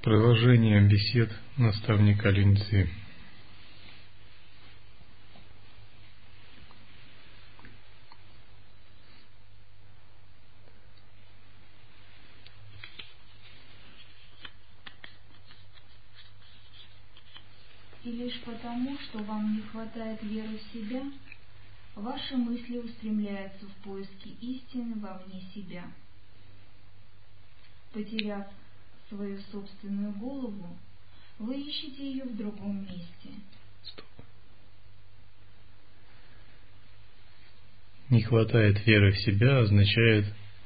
Продолжение бесед наставника Линьцзи. И лишь потому, что вам не хватает веры в себя, ваши мысли устремляются в поиски истины вовне себя. Потеряв свою собственную голову, вы ищете ее в другом месте. Не хватает веры в себя означает,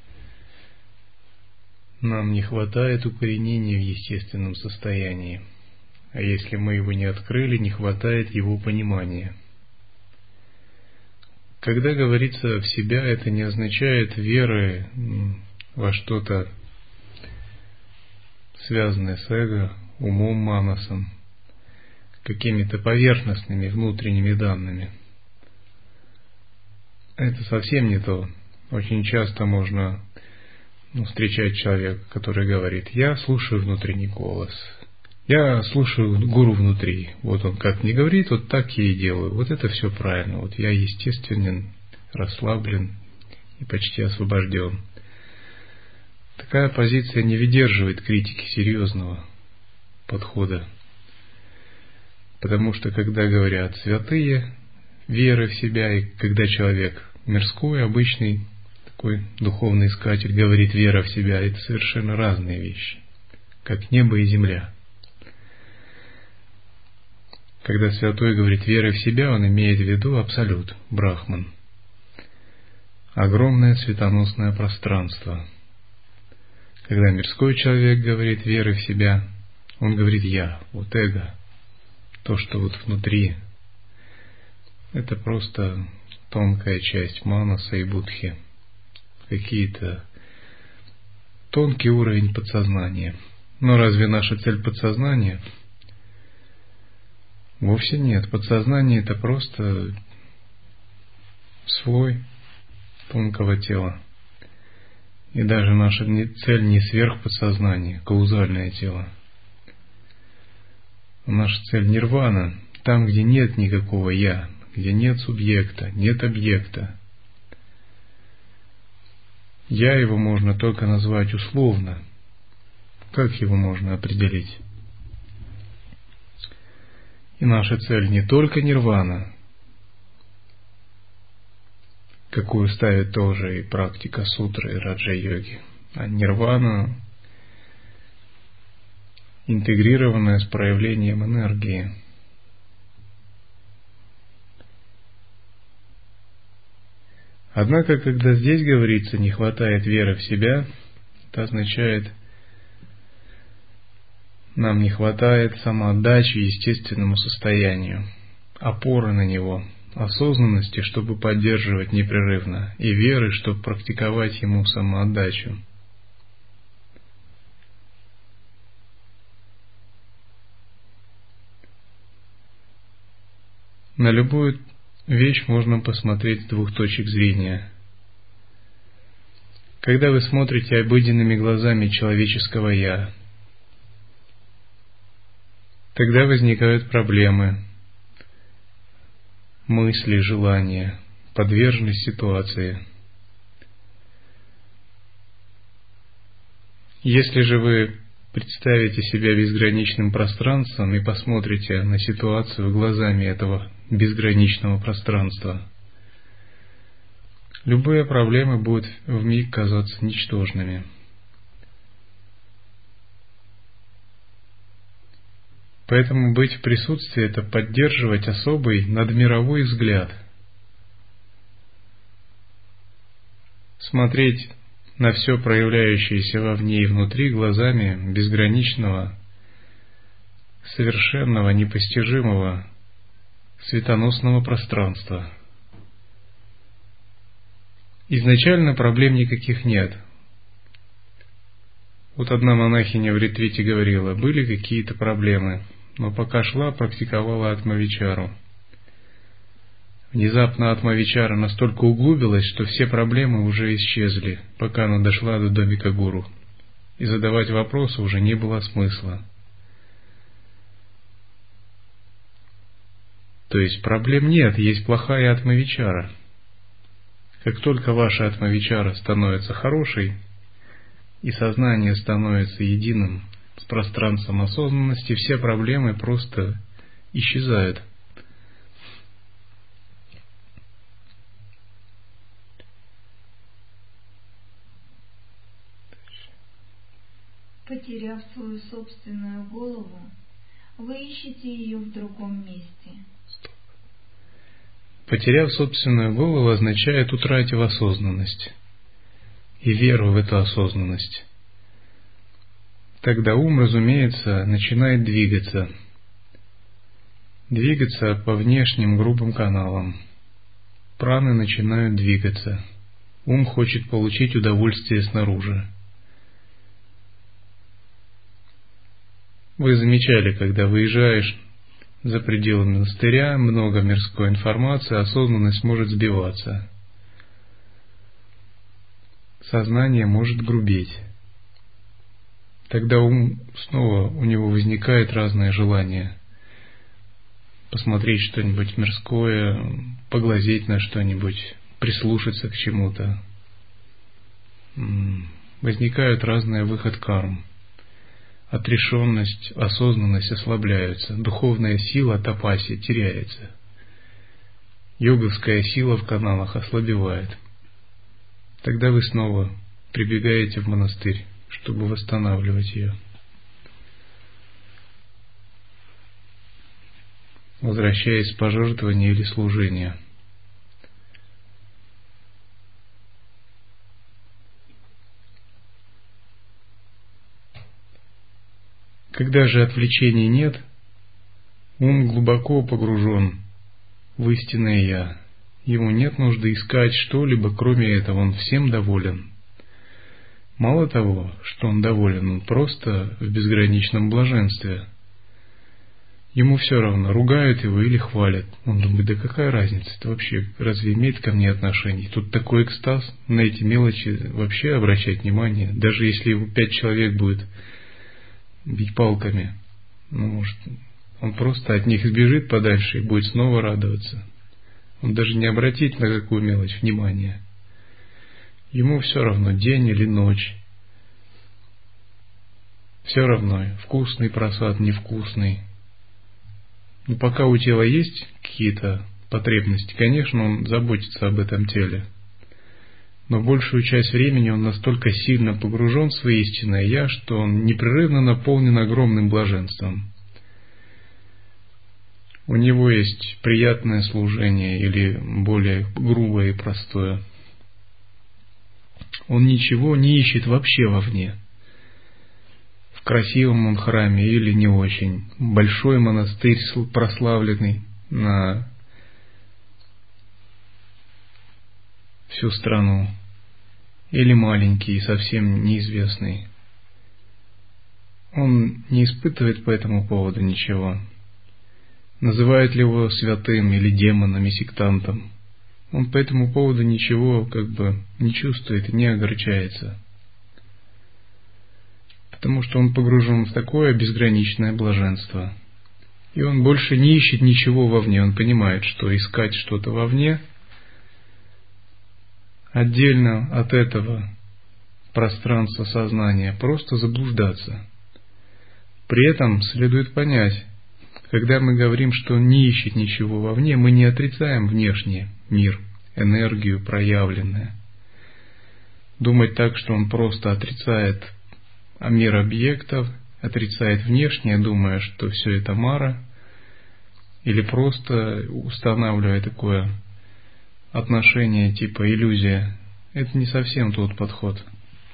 нам не хватает укоренения в естественном состоянии. А если мы его не открыли, не хватает его понимания. Когда говорится в себя, это не означает веры во что-то связанное с эго, умом, манасом, какими-то поверхностными внутренними данными. Это совсем не то. Очень часто можно встречать человека, который говорит: я слушаю внутренний голос, я слушаю гуру внутри. Вот он как мне говорит, вот так я и делаю. Вот это все правильно. Вот я естественен, расслаблен и почти освобожден. Такая позиция не выдерживает критики серьезного подхода. Потому что когда говорят святые, веры в себя, и когда человек мирской, обычный, такой духовный искатель говорит вера в себя, это совершенно разные вещи, как небо и земля. Когда святой говорит вера в себя, он имеет в виду абсолют, брахман. Огромное светоносное пространство. Когда мирской человек говорит веры в себя, он говорит я, вот эго, то, что вот внутри. Это просто тонкая часть манаса и будхи, какие-то тонкий уровень подсознания. Но разве наша цель подсознание? Вовсе нет. Подсознание — это просто слой тонкого тела. И даже наша цель не сверхподсознание, каузальное тело. Наша цель — нирвана, там, где нет никакого «я», где нет субъекта, нет объекта. «Я» его можно только назвать условно. Как его можно определить? И наша цель не только нирвана, какую ставит тоже и практика сутры и раджа-йоги, а нирвана, интегрированная с проявлением энергии. Однако, когда здесь говорится «не хватает веры в себя», это означает, нам не хватает самоотдачи естественному состоянию, опоры на него, осознанности, чтобы поддерживать непрерывно, и веры, чтобы практиковать ему самоотдачу. На любую вещь можно посмотреть с двух точек зрения. Когда вы смотрите обыденными глазами человеческого «я», тогда возникают проблемы, мысли, желания, подверженность ситуации. Если же вы представите себя безграничным пространством и посмотрите на ситуацию глазами этого безграничного пространства, любые проблемы будут вмиг казаться ничтожными. Поэтому быть в присутствии — это поддерживать особый надмировой взгляд. Смотреть на все проявляющееся вовне и внутри глазами безграничного, совершенного, непостижимого, светоносного пространства. Изначально проблем никаких нет. Вот одна монахиня в ретрите говорила, были какие-то проблемы, но пока шла, практиковала атмавичару. Внезапно атмавичара настолько углубилась, что все проблемы уже исчезли, пока она дошла до домика гуру. и задавать вопросы уже не было смысла. То есть проблем нет, есть плохая атма-вичара. Как только ваша атма-вичара становится хорошей, и сознание становится единым с пространством осознанности, все проблемы просто исчезают. Потеряв свою собственную голову, вы ищете ее в другом месте. Потеряв собственную голову означает утратив осознанность и веру в эту осознанность. Тогда ум, разумеется, начинает двигаться по внешним грубым каналам. Праны начинают двигаться. Ум хочет получить удовольствие снаружи. Вы замечали, когда выезжаешь за пределы монастыря, много мирской информации, осознанность может сбиваться. Сознание может грубеть. Тогда ум снова, у него возникает разное желание посмотреть что-нибудь мирское, поглазеть на что-нибудь, прислушаться к чему-то. Возникают разные выход карм. Отрешенность, осознанность ослабляются, духовная сила тапаси теряется. Йоговская сила в каналах ослабевает. Тогда вы снова прибегаете в монастырь, чтобы восстанавливать ее. Возвращаясь с пожертвования или служения. Когда же отвлечений нет, ум глубоко погружен в истинное Я. Ему нет нужды искать что-либо, кроме этого, он всем доволен. Мало того, что он доволен, он просто в безграничном блаженстве. Ему все равно, ругают его или хвалят. Он думает, да какая разница, это вообще разве имеет ко мне отношение? Тут такой экстаз, на эти мелочи вообще обращать внимание. Даже если его 5 человек будет бить палками, может, он просто от них сбежит подальше и будет снова радоваться. Он даже не обратит на какую мелочь внимания. Ему все равно, день или ночь. Все равно, вкусный просад, невкусный. Но пока у тела есть какие-то потребности, конечно, он заботится об этом теле. Но большую часть времени он настолько сильно погружен в свое истинное Я, что он непрерывно наполнен огромным блаженством. У него есть приятное служение или более грубое и простое. Он ничего не ищет вообще вовне. В красивом он храме или не очень. Большой монастырь, прославленный на всю страну. Или маленький, совсем неизвестный. Он не испытывает по этому поводу ничего. Называют ли его святым или демоном и сектантом. Он по этому поводу ничего не чувствует и не огорчается. Потому что он погружен в такое безграничное блаженство. И он больше не ищет ничего вовне. Он понимает, что искать что-то вовне, отдельно от этого пространства сознания, просто заблуждаться. При этом следует понять, когда мы говорим, что он не ищет ничего вовне, мы не отрицаем внешний мир, энергию проявленную. Думать так, что он просто отрицает мир объектов, отрицает внешнее, думая, что все это мара, или просто устанавливая такое отношение типа иллюзия, это не совсем тот подход.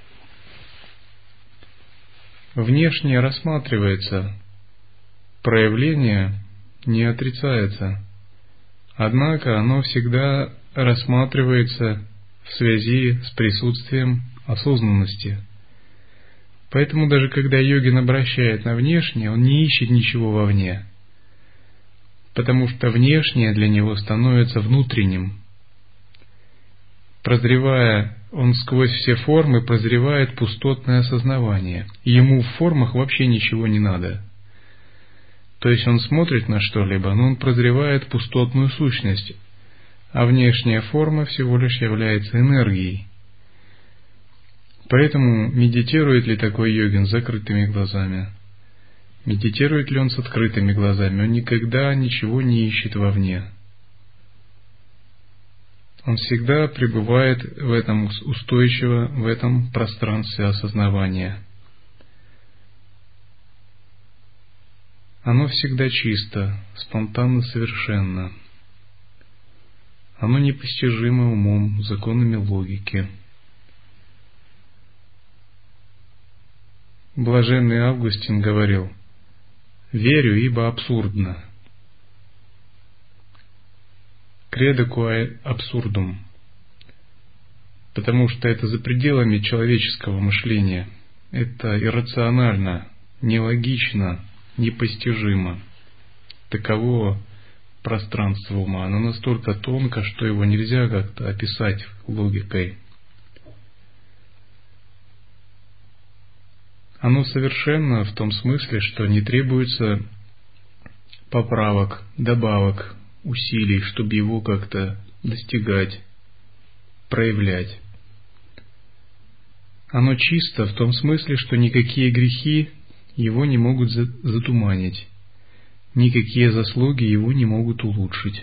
Внешнее рассматривается, проявление не отрицается, однако оно всегда рассматривается в связи с присутствием осознанности. Поэтому даже когда йогин обращает на внешнее, он не ищет ничего вовне, потому что внешнее для него становится внутренним. Прозревая он сквозь все формы прозревает пустотное осознавание. Ему в формах вообще ничего не надо. То есть он смотрит на что-либо, но он прозревает пустотную сущность, а внешняя форма всего лишь является энергией. Поэтому медитирует ли такой йогин с закрытыми глазами? Медитирует ли он с открытыми глазами? Он никогда ничего не ищет вовне. Он всегда пребывает в этом устойчиво, в этом пространстве осознавания. Оно всегда чисто, спонтанно, совершенно. Оно непостижимо умом, законами логики. Блаженный Августин говорил: «Верю, ибо абсурдно. Credo quae absurdum». Потому что это за пределами человеческого мышления. Это иррационально, нелогично, непостижимо. Таково пространство ума. Оно настолько тонко, что его нельзя как-то описать логикой. Оно совершенно в том смысле, что не требуется поправок, добавок, усилий, чтобы его как-то достигать, проявлять. Оно чисто в том смысле, что никакие грехи его не могут затуманить, никакие заслуги его не могут улучшить.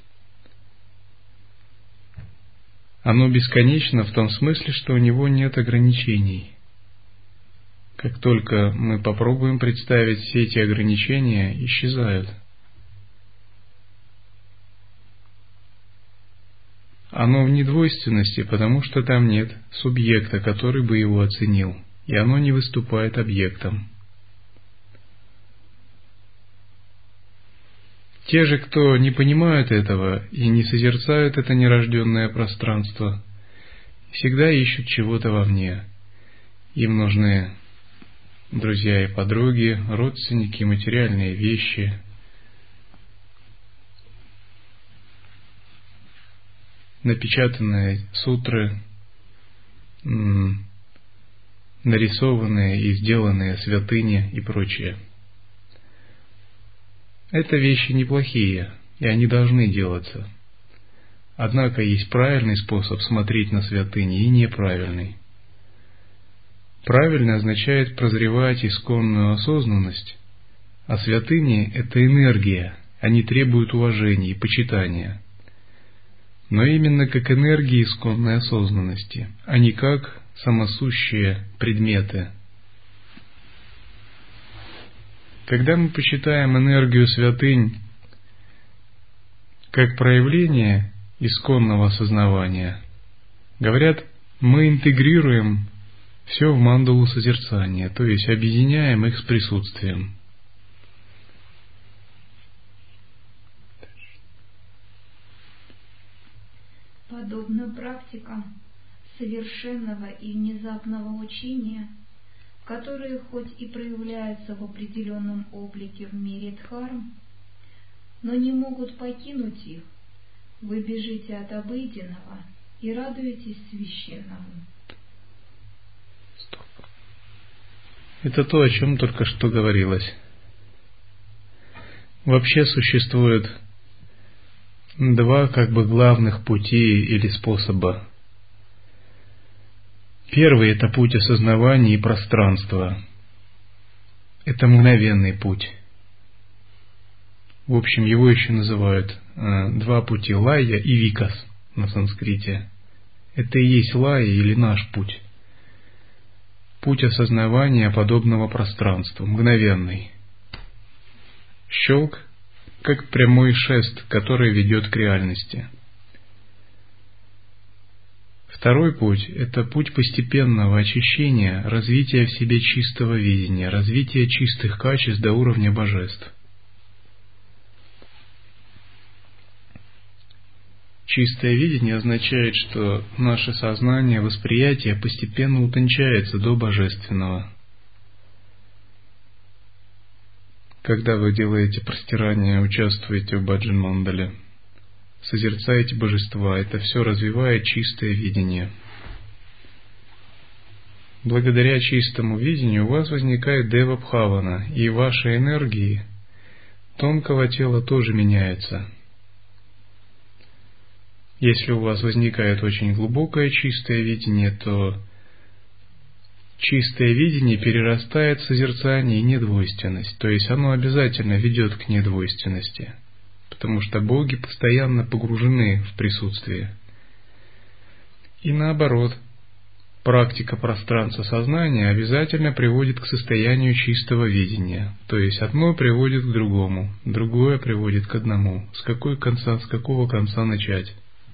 Оно бесконечно в том смысле, что у него нет ограничений. Как только мы попробуем представить, все эти ограничения исчезают. Оно в недвойственности, потому что там нет субъекта, который бы его оценил, и оно не выступает объектом. Те же, кто не понимают этого и не созерцают это нерожденное пространство, всегда ищут чего-то вовне. Им нужны друзья и подруги, родственники, материальные вещи. Напечатанные сутры, нарисованные и сделанные святыни и прочее. Это вещи неплохие, и они должны делаться. Однако есть правильный способ смотреть на святыни и неправильный. Правильно означает прозревать исконную осознанность, а святыни – это энергия, они требуют уважения и почитания. Но именно как энергии исконной осознанности, а не как самосущие предметы. Когда мы почитаем энергию святынь как проявление исконного осознавания, говорят, мы интегрируем все в мандалу созерцания, то есть объединяем их с присутствием. Подобно практикам совершенного и внезапного учения, которые хоть и проявляются в определенном облике в мире дхарм, но не могут покинуть их, вы бежите от обыденного и радуетесь священному. Это то, о чем только что говорилось. Вообще существует два главных пути или способа. Первый – это путь осознавания и пространства. Это мгновенный путь. В общем, его еще называют два пути – лая и викас на санскрите. Это и есть лая или наш путь. Путь осознавания подобного пространству, мгновенный. Щелк, как прямой шест, который ведет к реальности. Второй путь – это путь постепенного очищения, развития в себе чистого видения, развития чистых качеств до уровня божеств. Чистое видение означает, что наше сознание, восприятие постепенно утончается до божественного. Когда вы делаете простирание, участвуете в баджан-мандале, созерцаете божества, это все развивает чистое видение. благодаря чистому видению у вас возникает дева-бхавана, и ваши энергии тонкого тела тоже меняются. Если у вас возникает очень глубокое чистое видение, то чистое видение перерастает в созерцание и недвойственность, то есть оно обязательно ведет к недвойственности, потому что боги постоянно погружены в присутствие. И наоборот, практика пространства сознания обязательно приводит к состоянию чистого видения, то есть одно приводит к другому, другое приводит к одному. С какого конца начать?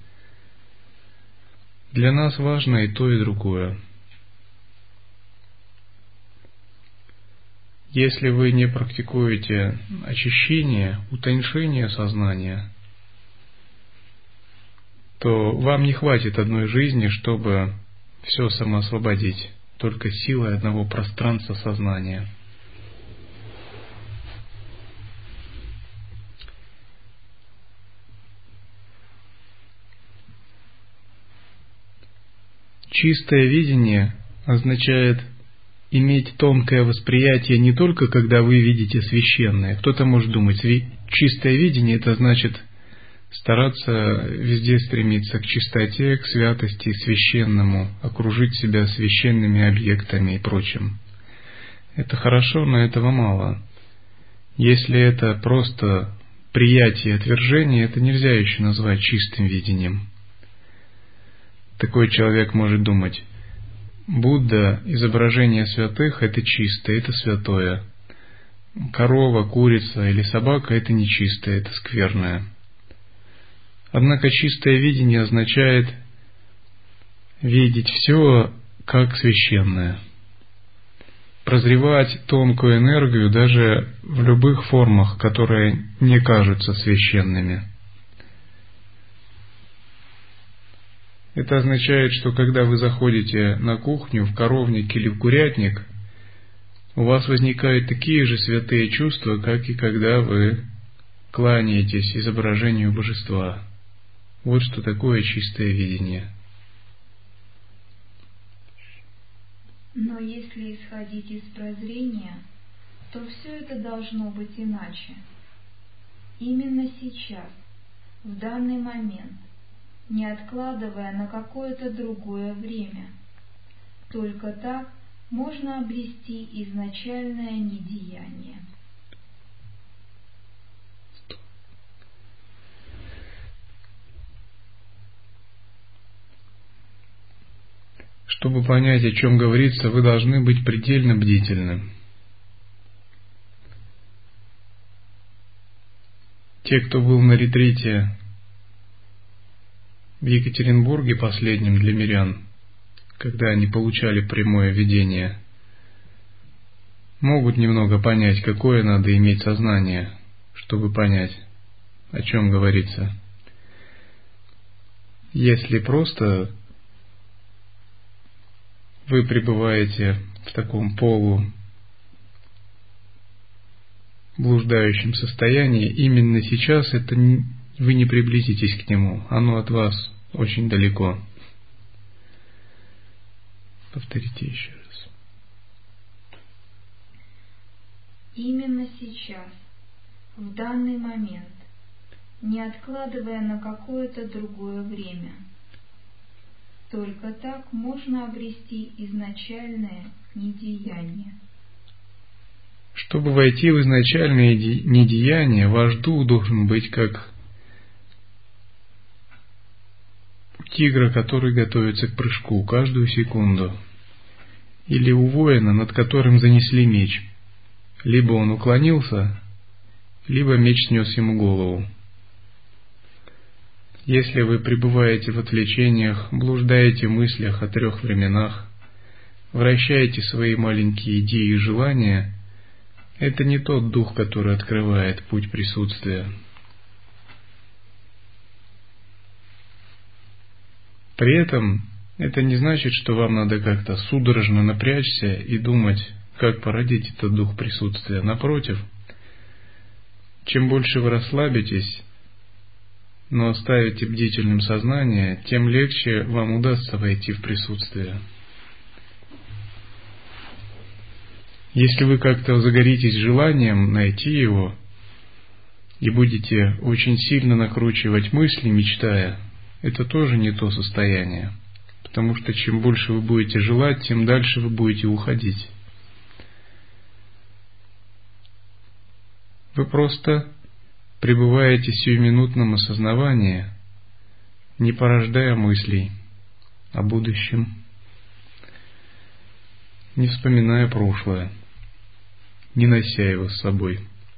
Для нас важно и то, и другое. Если вы не практикуете очищение, утоньшение сознания, то вам не хватит одной жизни, чтобы все самоосвободить, только силой одного пространства сознания. Чистое видение означает иметь тонкое восприятие не только когда вы видите священное. Кто-то может думать, чистое видение — это значит стараться везде стремиться к чистоте, к святости, священному, окружить себя священными объектами и прочим. Это хорошо, но этого мало. Если это просто приятие и отвержение, это нельзя еще назвать чистым видением. Такой человек может думать: Будда, изображение святых — это чистое, это святое. Корова, курица или собака — это нечистое, это скверное. Однако чистое видение означает видеть все как священное. Прозревать тонкую энергию даже в любых формах, которые не кажутся священными. Это означает, что когда вы заходите на кухню, в коровник или в курятник, у вас возникают такие же святые чувства, как и когда вы кланяетесь изображению божества. Вот что такое чистое видение. Но если исходить из прозрения, то все это должно быть иначе. Именно сейчас, в данный момент, не откладывая на какое-то другое время. Только так можно обрести изначальное недеяние. Чтобы понять, о чем говорится, вы должны быть предельно бдительны. Те, кто был на ретрите в Екатеринбурге последнем для мирян, когда они получали прямое видение, могут немного понять, какое надо иметь сознание, чтобы понять, о чем говорится. Если просто вы пребываете в таком полублуждающем состоянии, именно сейчас вы не приблизитесь к нему, оно от вас очень далеко. Повторите еще раз. Именно сейчас, в данный момент, не откладывая на какое-то другое время. Только так можно обрести изначальное недеяние. Чтобы войти в изначальное недеяние, ваш дух должен быть как тигра, который готовится к прыжку каждую секунду, или у воина, над которым занесли меч. Либо он уклонился, либо меч снес ему голову. Если вы пребываете в отвлечениях, блуждаете в мыслях о 3 временах, вращаете свои маленькие идеи и желания, это не тот дух, который открывает путь присутствия. При этом это не значит, что вам надо как-то судорожно напрячься и думать, как породить этот дух присутствия. Напротив, чем больше вы расслабитесь, но оставите бдительным сознание, тем легче вам удастся войти в присутствие. Если вы как-то загоритесь желанием найти его и будете очень сильно накручивать мысли, мечтая, это тоже не то состояние. Потому что чем больше вы будете желать, тем дальше вы будете уходить. Вы просто пребываете в сиюминутном осознавании, не порождая мыслей о будущем, не вспоминая прошлое, не нося его с собой.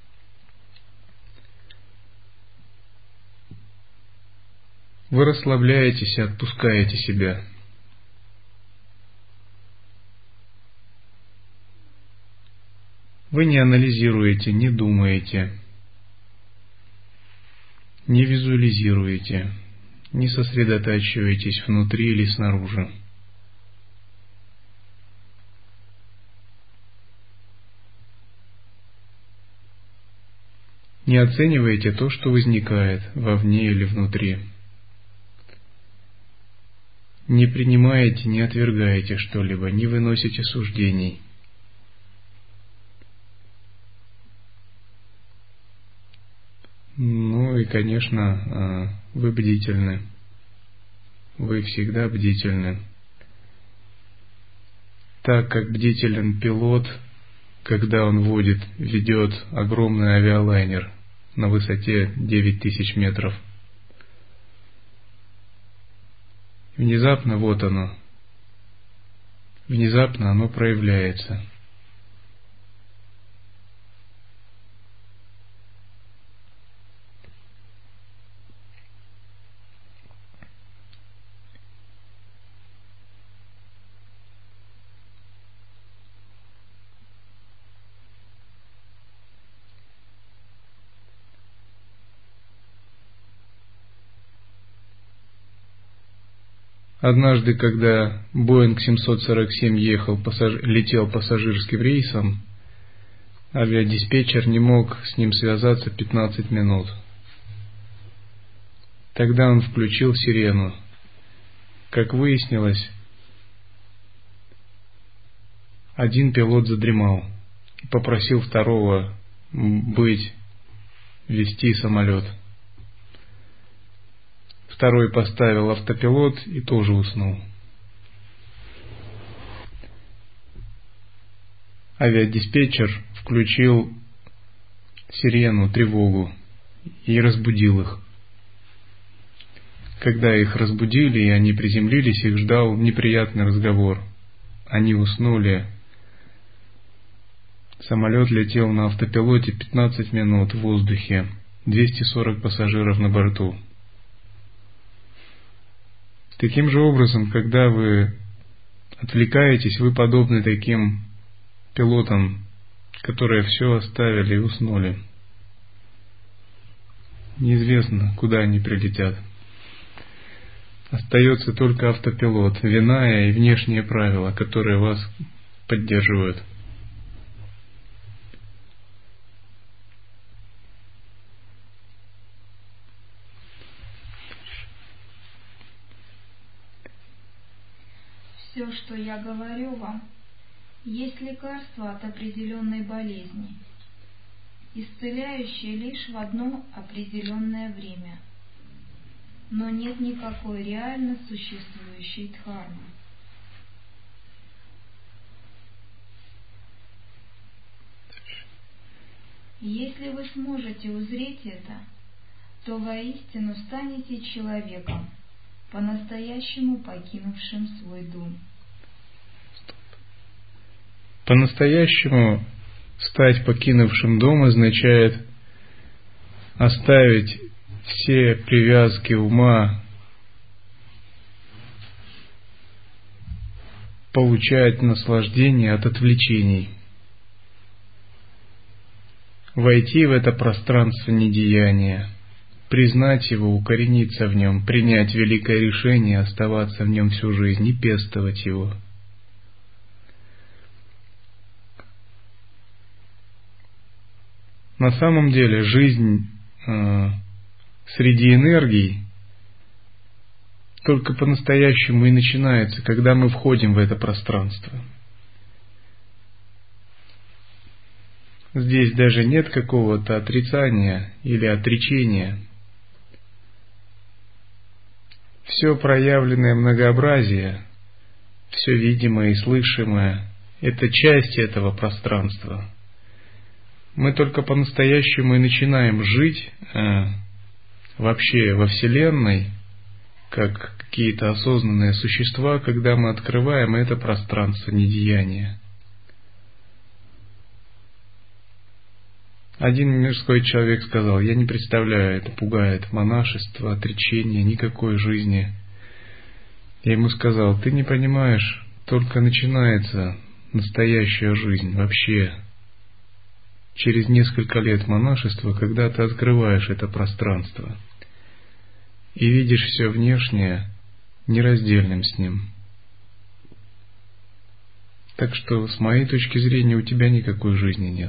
Вы расслабляетесь и отпускаете себя. Вы не анализируете, не думаете, не визуализируете, не сосредотачиваетесь внутри или снаружи. Не оцениваете то, что возникает вовне или внутри. Не принимаете, не отвергаете что-либо, не выносите суждений. Ну и, конечно, вы бдительны. Вы всегда бдительны. Так как бдителен пилот, когда он ведет огромный авиалайнер на высоте 9000 метров. Внезапно вот оно. Внезапно оно проявляется. Однажды, когда Боинг 747 летел пассажирским рейсом, авиадиспетчер не мог с ним связаться 15 минут. Тогда он включил сирену. Как выяснилось, один пилот задремал и попросил второго вести самолет. Второй поставил автопилот и тоже уснул. Авиадиспетчер включил сирену, тревогу и разбудил их. Когда их разбудили и они приземлились, их ждал неприятный разговор. Они уснули. Самолет летел на автопилоте 15 минут в воздухе, 240 пассажиров на борту. Таким же образом, когда вы отвлекаетесь, вы подобны таким пилотам, которые все оставили и уснули. Неизвестно, куда они прилетят. Остается только автопилот, виная и внешние правила, которые вас поддерживают. Все, что я говорю вам, есть лекарство от определенной болезни, исцеляющее лишь в одно определенное время. Но нет никакой реально существующей дхармы. Если вы сможете узреть это, то воистину станете человеком, по-настоящему покинувшим свой дом. По-настоящему стать покинувшим дом означает оставить все привязки ума, получать наслаждение от отвлечений, войти в это пространство недеяния, признать его, укорениться в нем, принять великое решение, оставаться в нем всю жизнь и пестовать его. На самом деле жизнь среди энергий только по-настоящему и начинается, когда мы входим в это пространство. здесь даже нет какого-то отрицания или отречения. Все проявленное многообразие, все видимое и слышимое — это часть этого пространства. Мы только по-настоящему и начинаем жить вообще во Вселенной, как какие-то осознанные существа, когда мы открываем это пространство недеяния. Один мирской человек сказал: я не представляю, это пугает, монашество, отречение, никакой жизни. Я ему сказал: ты не понимаешь, только начинается настоящая жизнь вообще. Через несколько лет монашества, когда ты открываешь это пространство и видишь все внешнее нераздельным с ним. Так что, с моей точки зрения, у тебя никакой жизни нет.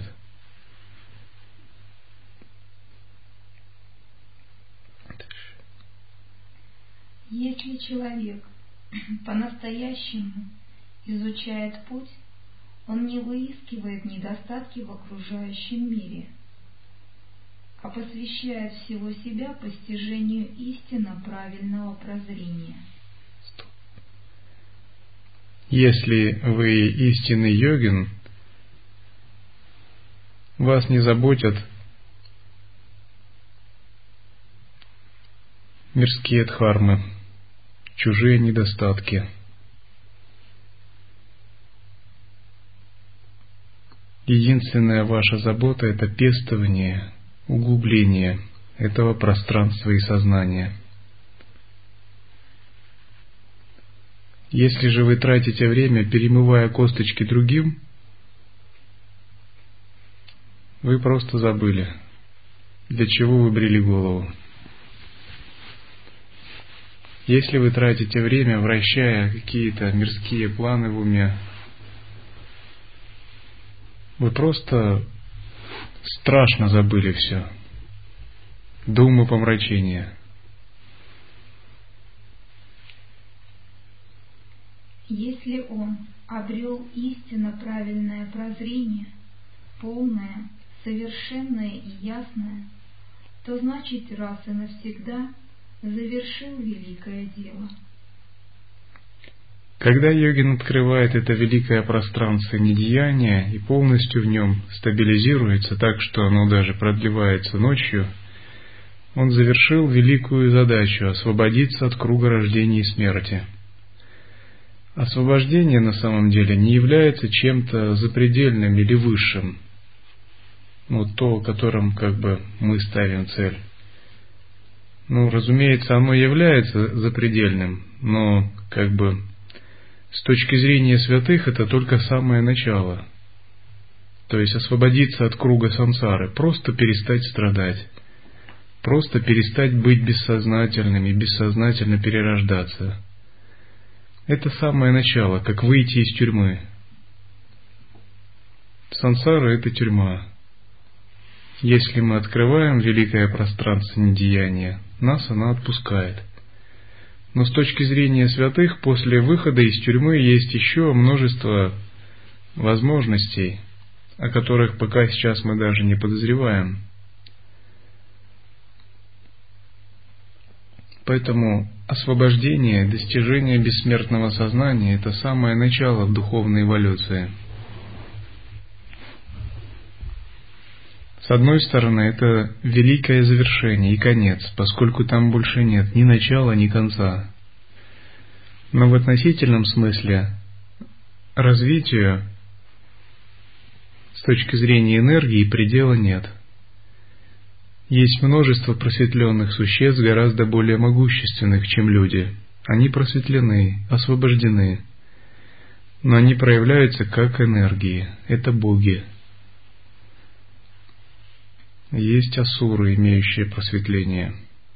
Если человек по-настоящему изучает путь, он не выискивает недостатки в окружающем мире, а посвящает всего себя постижению истинно правильного прозрения. Если вы истинный йогин, вас не заботят мирские дхармы, чужие недостатки. Единственная ваша забота — это пестование, углубление этого пространства и сознания. Если же вы тратите время, перемывая косточки другим, вы просто забыли, для чего вы брили голову. Если вы тратите время, вращая какие-то мирские планы в уме, вы просто страшно забыли все. До умопомрачения. Если он обрел истинно правильное прозрение, полное, совершенное и ясное, то значит раз и навсегда завершил великое дело. Когда йогин открывает это великое пространство недеяния и полностью в нем стабилизируется так, что оно даже продлевается ночью, он завершил великую задачу — освободиться от круга рождения и смерти. Освобождение на самом деле не является чем-то запредельным или высшим, то, которым мы ставим цель. Разумеется, оно является запредельным, но с точки зрения святых это только самое начало. То есть освободиться от круга сансары, просто перестать страдать, просто перестать быть бессознательным и бессознательно перерождаться. Это самое начало, как выйти из тюрьмы. Сансара — это тюрьма. Если мы открываем великое пространство недеяния, нас она отпускает. Но с точки зрения святых, после выхода из тюрьмы есть еще множество возможностей, о которых пока сейчас мы даже не подозреваем. Поэтому освобождение, достижение бессмертного сознания — это самое начало в духовной эволюции. С одной стороны, это великое завершение и конец, поскольку там больше нет ни начала, ни конца. Но в относительном смысле развитию с точки зрения энергии предела нет. Есть множество просветленных существ, гораздо более могущественных, чем люди. Они просветлены, освобождены, но они проявляются как энергии. Это боги. Есть асуры, имеющие просветление,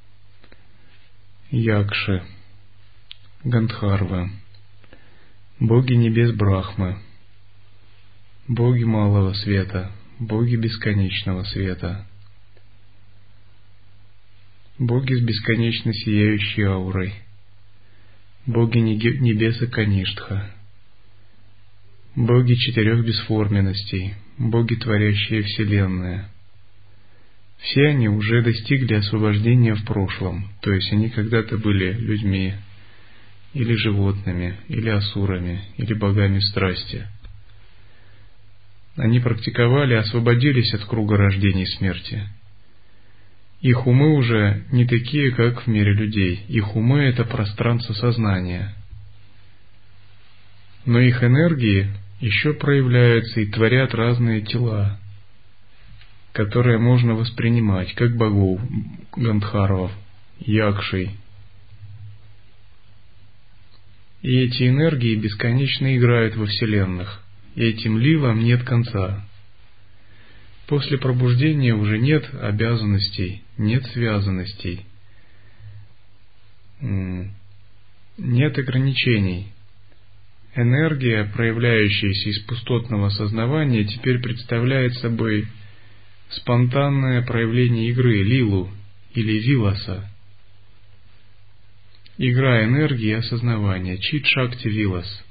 якши, гандхарвы, боги небес Брахмы, боги малого света, боги бесконечного света, боги с бесконечно сияющей аурой, боги небеса Каништха, боги четырех бесформенностей, боги, творящие Вселенную. Все они уже достигли освобождения в прошлом, то есть они когда-то были людьми, или животными, или асурами, или богами страсти. Они практиковали, освободились от круга рождения и смерти. Их умы уже не такие, как в мире людей. Их умы — это пространство сознания. Но их энергии еще проявляются и творят разные тела, которые можно воспринимать, как богов, гандхарвов, якшей. И эти энергии бесконечно играют во вселенных, и этим лилам нет конца. После пробуждения уже нет обязанностей, нет связанностей, нет ограничений. Энергия, проявляющаяся из пустотного сознавания, теперь представляет собой спонтанное проявление игры, лилу или виласа. Игра энергии и осознавания, чит-шакти вилас.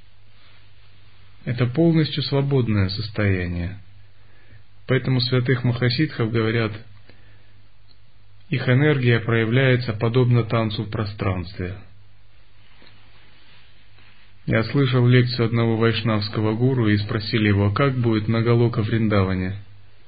Это полностью свободное состояние. Поэтому святых махасидхов говорят, их энергия проявляется подобно танцу в пространстве. Я слышал лекцию одного вайшнавского гуру и спросили его, как будет на Галока Вриндаване,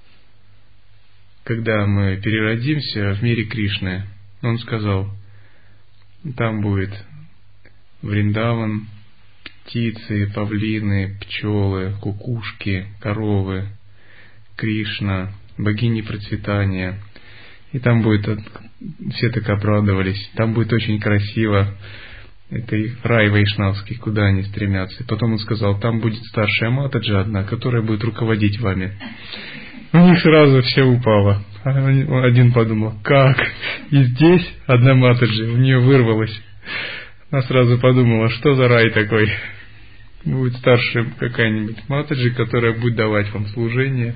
когда мы переродимся в мире Кришны. Он сказал, там будет Вриндаван, птицы, павлины, пчелы, кукушки, коровы, Кришна, богини процветания. И там будет, все так обрадовались, там будет очень красиво. Это их рай вайшнавский, куда они стремятся. И потом он сказал, там будет старшая матаджи одна, которая будет руководить вами. У них сразу все упало. Один подумал, как? И здесь одна матаджи, у нее вырвалась. Она сразу подумала, что за рай такой? Будет старшая какая-нибудь матаджи, которая будет давать вам служение.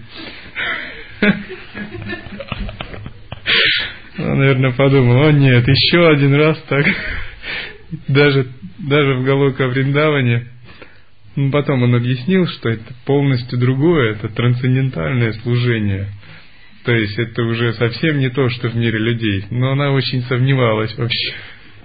Она, наверное, подумала, о нет, еще один раз так. Даже в Галока Вриндаване. Потом он объяснил, что это полностью другое, это трансцендентальное служение. То есть это уже совсем не то, что в мире людей. Но она очень сомневалась вообще.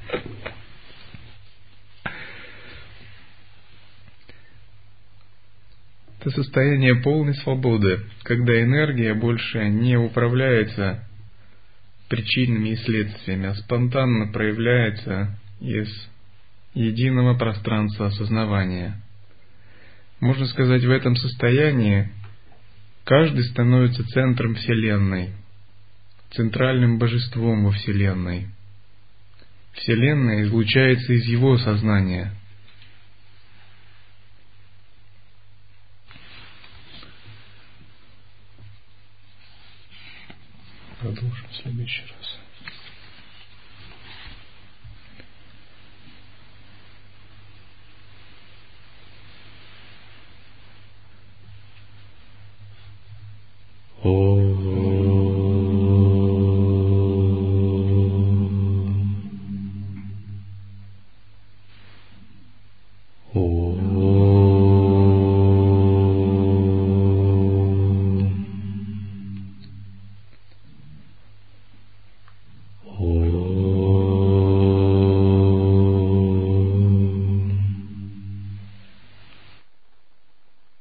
Это состояние полной свободы, когда энергия больше не управляется причинами и следствиями, а спонтанно проявляется из единого пространства осознавания. Можно сказать, в этом состоянии каждый становится центром Вселенной, центральным божеством во Вселенной. Вселенная излучается из его сознания. Продолжим в следующий раз.